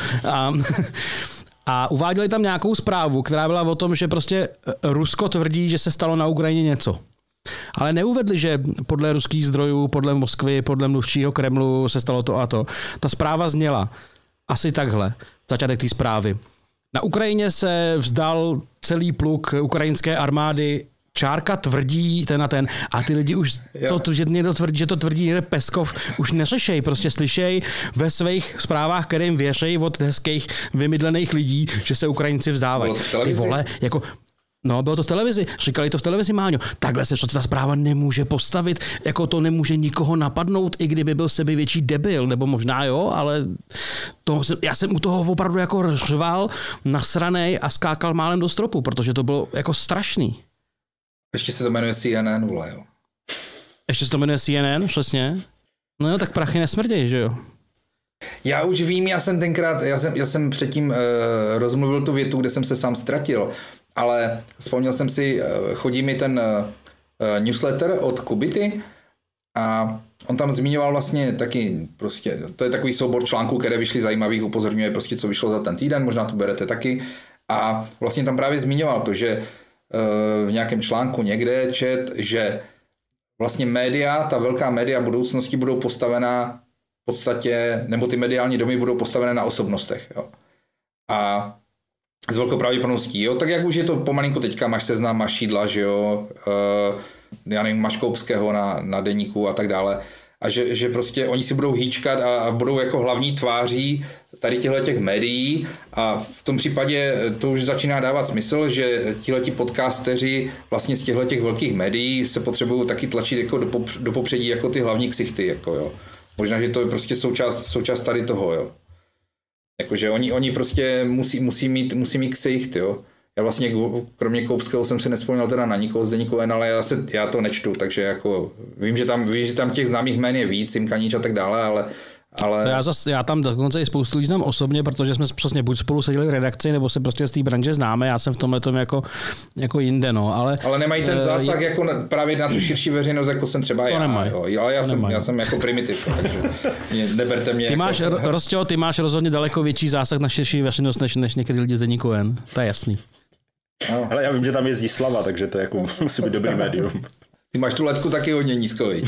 A uváděli tam nějakou zprávu, která byla o tom, že prostě Rusko tvrdí, že se stalo na Ukrajině něco. Ale neuvedli, že podle ruských zdrojů, podle Moskvy, podle mluvčího Kremlu se stalo to a to. Ta zpráva zněla asi takhle, začátek té zprávy. Na Ukrajině se vzdal celý pluk ukrajinské armády, Čárka tvrdí ten a ten a ty lidi už že to tvrdí někde Peskov, už neřešej, prostě slyšej ve svých zprávách, kterým věřej od hezkých vymydlených lidí, že se Ukrajinci vzdávají. Ty vole, jako no, bylo to v televizi, říkali to v televizi, Máňo. Takhle se ta zpráva nemůže postavit, jako to nemůže nikoho napadnout, i kdyby byl sebevětší debil, nebo možná jo, ale já jsem u toho opravdu jako řval, nasranej a skákal málem do stropu, protože to bylo jako strašný. Ještě se to jmenuje CNN, vole, jo. Ještě se to jmenuje CNN, přesně. No jo, tak prachy nesmrděj, že jo. Já už vím, já jsem předtím rozmluvil tu větu, kde jsem se sám ztratil, ale vzpomněl jsem si, chodí mi ten newsletter od Kubity a on tam zmiňoval vlastně taky prostě, to je takový soubor článků, které vyšly zajímavých, upozorňuje prostě, co vyšlo za ten týden, možná to berete taky a vlastně tam právě zmiňoval to, že v nějakém článku někde čet, že vlastně média, ta velká média budoucnosti budou postavená v podstatě, nebo ty mediální domy budou postavené na osobnostech, jo. A s velkou pravděpodobností, jo, tak jak už je to pomalinku teďka, máš Seznam, máš Šídla, že jo, já nevím, máš Koupského na Deníku a tak dále. a že prostě oni si budou hýčkat a budou jako hlavní tváří tady těch médií a v tom případě to už začíná dávat smysl, že tihleti podcasteři vlastně z těchto velkých médií se potřebují taky tlačit jako do popředí jako ty hlavní ksichty, jako jo. Možná, že to je prostě součást tady toho, jo. Jakože oni prostě musí mít ksicht, jo. Já vlastně kromě Koupského jsem si nespomněl teda na nikoho z deníku N, ale já to nečtu, takže jako vím, že tam těch známých jmén je víc, Simkanič a tak dále, ale já tam dokonce i spoustu lidí znám osobně, protože jsme přesně buď spolu seděli v redakci, nebo se prostě z té branže známe, já jsem v tomhletom jako jinde, no, ale nemají ten zásah jako právě na tu širší veřejnost, jako jsem třeba já, jo, ale já jsem jako primitiv, takže neberte mě. Ty máš rozhodně daleko větší zásah na širší veřejnost, než některý lidi z deníku N, to je jasný. No. Hele, já vím, že tam jezdí Slava, takže to jako musí být dobrý médium. Ty máš tu letku taky hodně nízko, viď?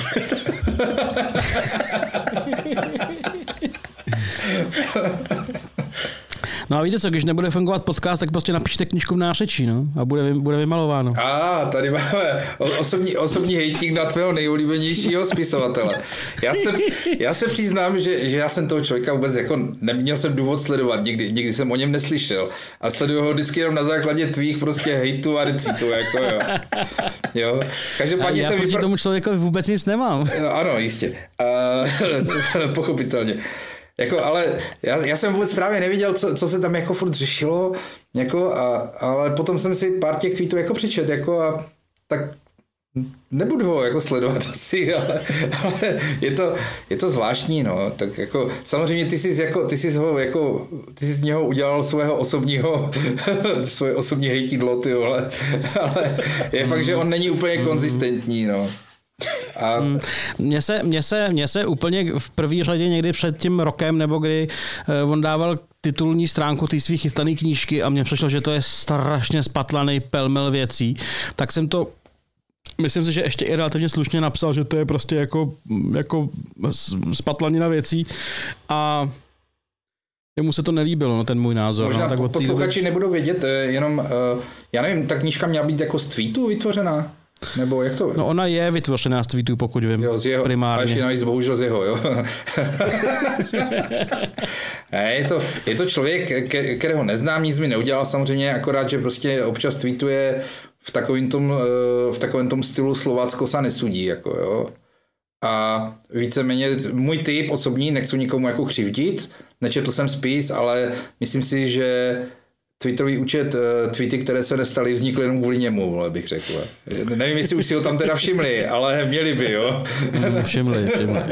No a víte co, když nebude fungovat podcast, tak prostě napište knížku v nářečí, no, a bude vymalováno. Tady máme osobní hejtík na tvého nejoblíbenějšího spisovatele. Já se přiznám, že já jsem toho člověka vůbec jako neměl jsem důvod sledovat, nikdy jsem o něm neslyšel a sleduju ho vždycky jenom na základě tvých prostě hejtů a retweetů, jako jo. Každopádně já proti tomu člověkovi vůbec nic nemám. No, ano, jistě. Pochopitelně. Jako, ale já jsem vůbec právě neviděl, co se tam jako furt řešilo, jako, ale potom jsem si pár těch tweetů jako přečet, jako a tak nebudu ho jako sledovat asi, ale je to zvláštní, no, tak jako samozřejmě ty jsi z něho udělal svoje osobní hejtidlo, ty vole, ale je fakt, že on není úplně konzistentní, no. A... Mně se úplně v první řadě někdy před tím rokem, nebo kdy on dával titulní stránku té svých chystané knížky a mně přišlo, že to je strašně spatlaný pelmel věcí, tak jsem to myslím si, že ještě i relativně slušně napsal, že to je prostě jako spatlanina věcí a jemu se to nelíbilo, no, ten můj názor. Možná tak posluchači nebudou vědět, jenom, já nevím, ta knížka měla být jako z tweetu vytvořená? Nebo jak to? No ona je vytvořená z tweetů, pokud vím, jo, z jeho, primárně. Navíc bohužel z jeho, jo. je to člověk, kterého neznám, nic mi neudělal samozřejmě, akorát, že prostě občas tweetuje v takovém tom stylu Slovácko sa nesudí, jako jo. A víceméně můj typ osobní, nechci nikomu jako křivdit, nečetl jsem spis, ale myslím si, že Twitterový účet, tweety, které se nestaly, vznikly jenom kvůli němu, ale bych řekl. Nevím, jestli už si ho tam teda všimli, ale měli by, jo. Všimli.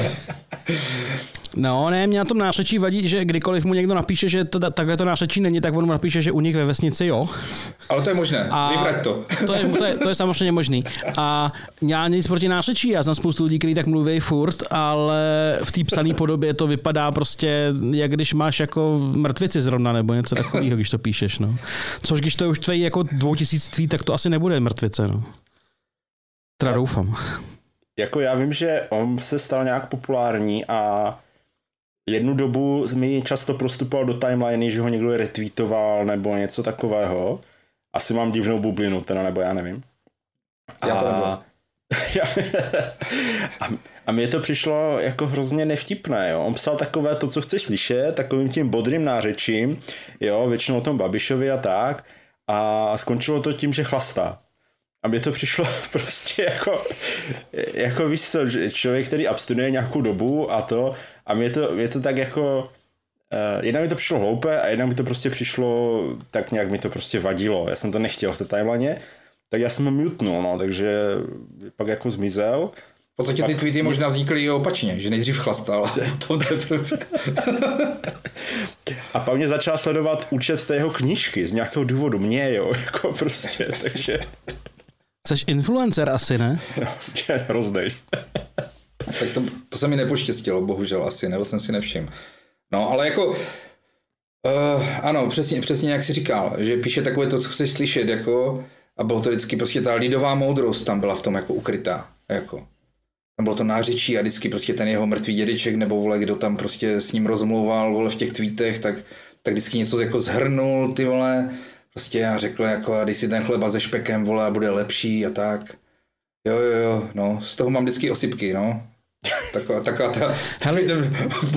No ne, mě na tom nářečí vadí, že kdykoliv mu někdo napíše, že takhle to nářečí není, tak on mu napíše, že u nich ve vesnici jo. Ale to je možné, vyvrať to. To je samozřejmě možný. A já nic proti nářečí, já znám spoustu lidí, kteří tak mluví furt, ale v té psané podobě to vypadá prostě, jak když máš jako mrtvici zrovna, nebo něco takového, když to píšeš, no. Což když to je už tvojí jako 2000 tweet, tak to asi nebude mrtvice, no. Teda doufám. Jako já vím, že on se stal nějak populární a jednu dobu mi často prostupoval do timeliny, že ho někdo retweetoval nebo něco takového. Asi mám divnou bublinu, teda, nebo já nevím. A mně to přišlo jako hrozně nevtipné, jo. On psal takové to, co chceš slyšet, takovým tím bodrým nářečím, jo, většinou o tom Babišovi a tak. A skončilo to tím, že chlastá. A mně to přišlo prostě jako víš co, člověk, který abstinuje nějakou dobu a to, a mě to tak jako, jednak mi to přišlo hloupé a jednak mi to prostě přišlo, tak nějak mi to prostě vadilo. Já jsem to nechtěl v té timeline, tak já jsem ho mutnul, no, takže pak jako zmizel. V podstatě ty tweety možná vznikly i opačně, že nejdřív chlastal a potom teprve. A pak mě začal sledovat účet té jeho knížky z nějakého důvodu, mě, jo, jako prostě, takže... Jseš influencer asi, ne? No, je hroznej. Tak to se mi nepoštěstilo, bohužel asi, nebo jsem si nevšiml. No, ale jako, ano, přesně jak jsi říkal, že píše takové to, co chceš slyšet, jako, a bylo to vždycky prostě ta lidová moudrost tam byla v tom jako ukrytá, jako. Tam bylo to nářečí a vždycky prostě ten jeho mrtvý dědeček, nebo vole, kdo tam prostě s ním rozmlouval, vole, v těch tweetech, tak vždycky něco jako zhrnul, ty vole, prostě já řekl, jako, a dej si ten chleba se špekem, vole, a bude lepší a tak. Jo, no, z toho mám vždycky osypky, no. Taková ta ten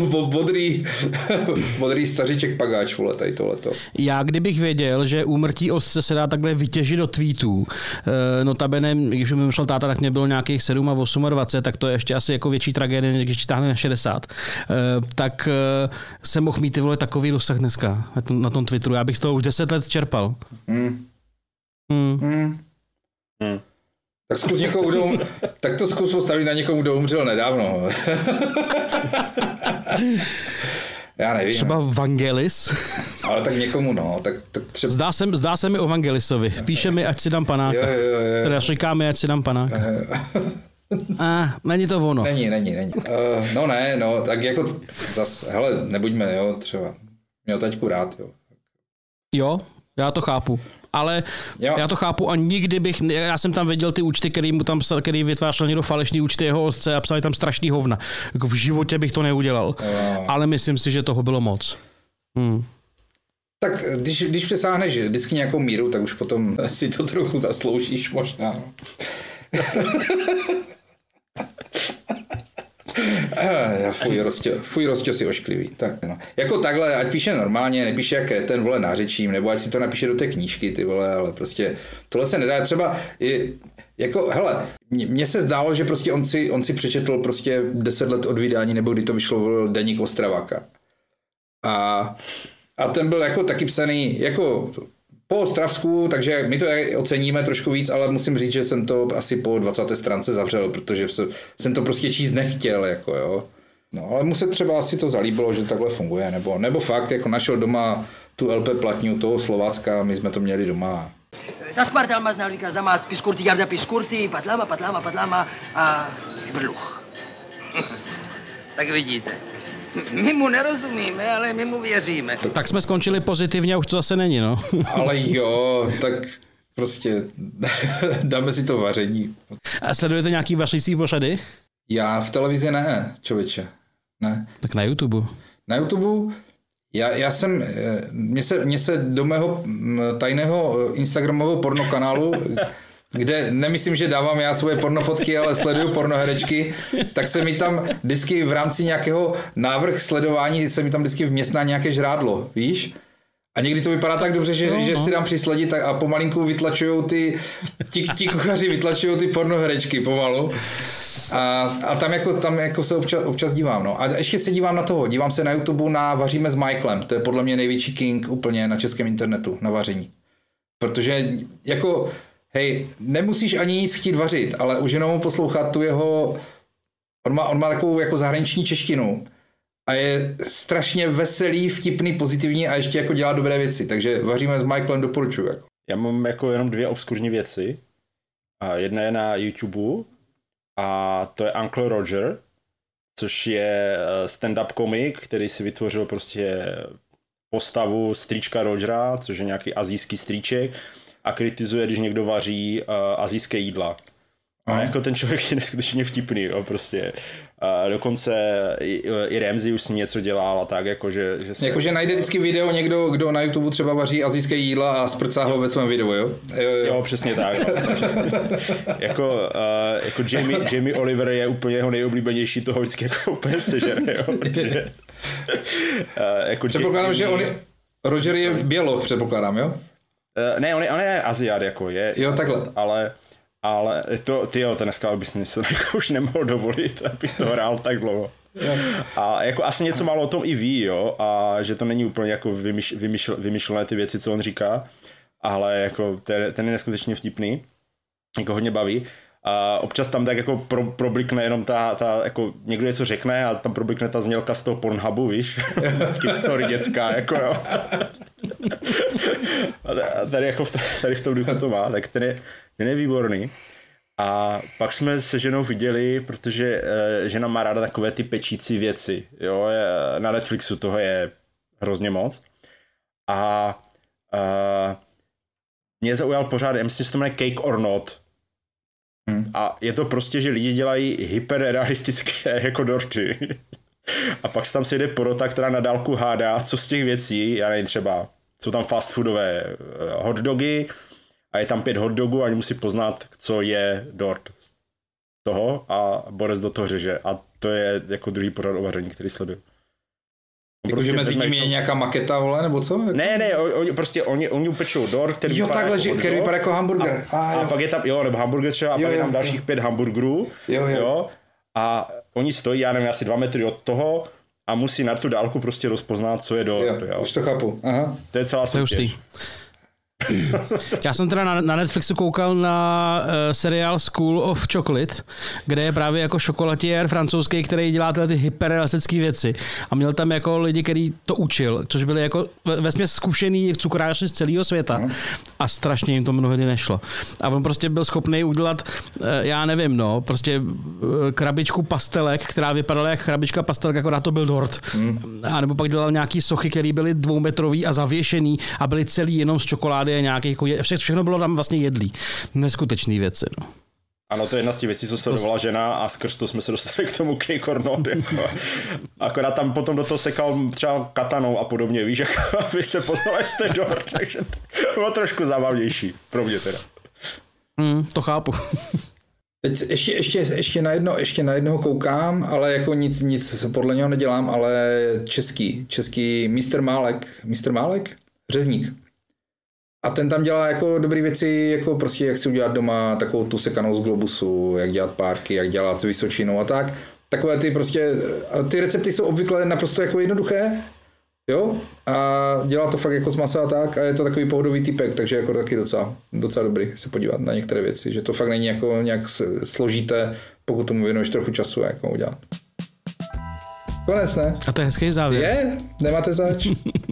modrý stařiček pagáč, vole, tady tohleto. Já kdybych věděl, že úmrtí osce se dá takhle vytěžit do tweetů, notabene, když mi myšlel táta, tak mě bylo nějakých 7 a 28, tak to je ještě asi jako větší tragédie, než když táhne na 60. Tak jsem mohl mít ty vole takový dosah dneska na tom Twitteru. Já bych z toho už 10 let čerpal. Tak zkus někoho, tak to zkus postavit na někomu, kdo umřel nedávno. Já nevím. Třeba Vangelis. Ale tak někomu, no. Tak třeba... Zdá se mi o Vangelisovi. Píše mi, ať si dám panáka. Jo. Teda říká mi, ať si dám panáka. Není to ono. Není. No, tak jako zas, hele, nebuďme, jo, třeba. Měl taťku rád, jo. Jo, já to chápu. Ale já to chápu a nikdy bych, já jsem tam viděl ty účty, který vytvářel někdo falešný účty jeho otce a psali tam strašný hovna. Jako v životě bych to neudělal. Ale myslím si, že toho bylo moc. Tak když přesáhneš vždycky nějakou míru, tak už potom si to trochu zasloužíš možná. No. Fuj, Rostě si ošklivý. Tak, no. Jako takhle, ať píše normálně, nepíše jak ten vole nářečím, nebo ať si to napíše do té knížky, ty vole, ale prostě tohle se nedá. Třeba, jako, hele, mně se zdálo, že prostě on si přečetl prostě 10 let od vydání, nebo kdy to vyšlo Deník Ostraváka. A ten byl jako taky psaný, jako po Ostravsku, takže my to oceníme trošku víc, ale musím říct, že jsem to asi po 20. stránce zavřel, protože jsem to prostě číst nechtěl, jako jo. No, ale mu se třeba asi to zalíbilo, že takhle funguje, nebo fakt, jako našel doma tu LP platňu toho Slovácka, my jsme to měli doma. Ta Sparta Almaz navlíkla za más piskurty, jarda piskurty, patlama a žbrluch. Tak vidíte. My mu nerozumíme, ale my mu věříme. Tak jsme skončili pozitivně a už to zase není, no. Ale jo, tak prostě dáme si to vaření. A sledujete nějaký vařící pořady? Já v televizi ne, člověče. Ne. Tak na YouTube. Na YouTube? Já jsem, mě se do mého tajného instagramového pornokanálu, kde nemyslím, že dávám já svoje pornofotky, ale sleduju pornoherečky, tak se mi tam vždycky v rámci nějakého návrh sledování se mi tam vždycky vměstná nějaké žrádlo, víš? A někdy to vypadá tak dobře, že si dám přisledit a pomalinku vytlačujou ti kuchaři vytlačujou ty pornoherečky pomalu. A tam jako se občas dívám, no. A ještě se dívám se na YouTube na Vaříme s Michaelem, to je podle mě největší king úplně na českém internetu, na vaření. Protože jako hej, nemusíš ani nic chtít vařit, ale už jenom poslouchat tu jeho... On má takovou jako zahraniční češtinu a je strašně veselý, vtipný, pozitivní a ještě jako dělá dobré věci. Takže Vaříme s Michaelem doporučuji. Jako. Já mám jako jenom 2 obskurní věci. A jedna je na YouTube a to je Uncle Roger, což je stand-up komik, který si vytvořil prostě postavu strýčka Rogera, což je nějaký asijský strýček, a kritizuje, když někdo vaří asijské jídla. A jako ten člověk je neskutečně vtipný, jo, prostě. A dokonce i Ramsey už s ním něco dělal a tak, jakože... Jakože najde vždycky video někdo, kdo na YouTube třeba vaří asijské jídla a sprcá ho ve svém videu, jo? Jo, přesně tak. jako Jamie Oliver je úplně jeho nejoblíbenější, toho vždycky jako úplně sežere, jo. Jako předpokládám, že Roger je běloch, předpokládám, jo? Ne, on je Aziat, jako je. Jo, takhle. Ale to dneska bys jako už nemohl dovolit, abych to hrál tak dlouho. A jako asi něco málo o tom i ví, jo, a že to není úplně jako vymyšlené ty věci, co on říká, ale jako ten je neskutečně vtipný, jako hodně baví. A občas tam tak jako problikne jenom ta jako někdo něco řekne a tam problikne ta znělka z toho Pornhubu, víš? Sorry, dětská, jako jo. A tady v tom duchu to má, tak ten je výborný. A pak jsme se ženou viděli, protože žena má ráda takové ty pečící věci, jo, na Netflixu toho je hrozně moc. A mě zaujal pořád, já myslím, že se to jmenuje Cake or Not. A je to prostě, že lidi dělají hyperrealistické jako dorty. A pak se tam sejde porota, která na dálku hádá, co z těch věcí, já nevím, třeba jsou tam fast foodové hotdogy a je tam 5 hotdogů a oni musí poznat, co je dort toho a borec do toho řeže. A to je jako druhý pořad o vaření, který sleduju. Jakože mezi tím je nějaká maketa, vole, nebo co? Ne, oni upečou dort, který vypadá jako hamburger. A pak je tam, nebo hamburger třeba, a pak je tam dalších 5 hamburgerů. Jo. A oni stojí, já nevím, asi 2 metry od toho a musí na tu dálku prostě rozpoznat, co je dort. Jo, už to chápu. Aha. To je celá soutěž. Já jsem teda na Netflixu koukal na seriál School of Chocolate, kde je právě jako šokolatiér francouzský, který dělá tyhle ty hyperrealistické věci. A měl tam jako lidi, který to učil, což byli jako vesměs zkušený cukráři z celého světa. A strašně jim to mnohdy nešlo. A on prostě byl schopný udělat, já nevím, prostě krabičku pastelek, která vypadala jak krabička pastelek, akorát to byl dort. A nebo pak dělal nějaký sochy, které byly 2metrový a zavěšený a byly celý jenom z čokolády a nějaký, jako všechno bylo tam vlastně jedlý. Neskutečný věci. No. Ano, to je jedna z těch věcí, co sledovala žena a skrz to jsme se dostali k tomu cake or not. Jako. Akorát tam potom do toho sekal třeba katanou a podobně, víš, jako, aby se poznala, jestli dort, takže to bylo trošku zábavnější, pro mě teda. To chápu. Teď ještě na jednoho koukám, ale jako nic podle něho nedělám, ale český Mr. Málek, řezník. A ten tam dělá jako dobré věci, jako prostě jak si udělat doma takovou tu sekanou z globusu, jak dělat párky, jak dělat vysočinu a tak. Takové ty prostě, ty recepty jsou obvykle naprosto jako jednoduché, jo, a dělá to fakt jako z masa a tak a je to takový pohodový typek, takže jako taky docela dobrý se podívat na některé věci, že to fakt není jako nějak složité, pokud tomu věnuješ trochu času jako udělat. Konec, ne? A to je hezký závěr. Je? Nemáte zač?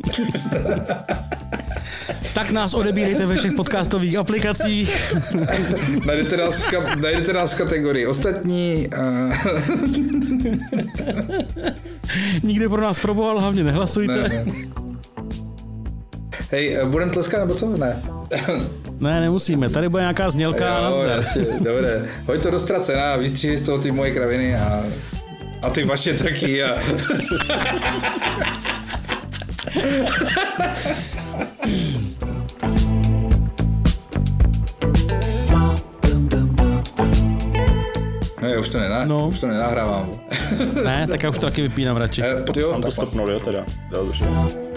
Tak nás odebírejte ve všech podcastových aplikacích. Najdete nás v kategorii ostatní. Nikde pro nás proboval, hlavně nehlasujte. Ne. Hej, budem tleskat nebo co? Ne. Ne, nemusíme. Tady bude nějaká znělka a nazdar. Jasně, dobré. Hoď to do ztracena, vystříhej z toho ty moje kraviny a ty vaše taky. Ne, už to nenahrávám. Ne, tak já už to taky vypínám radši. Tam to stopnul, jo teda. Dobře.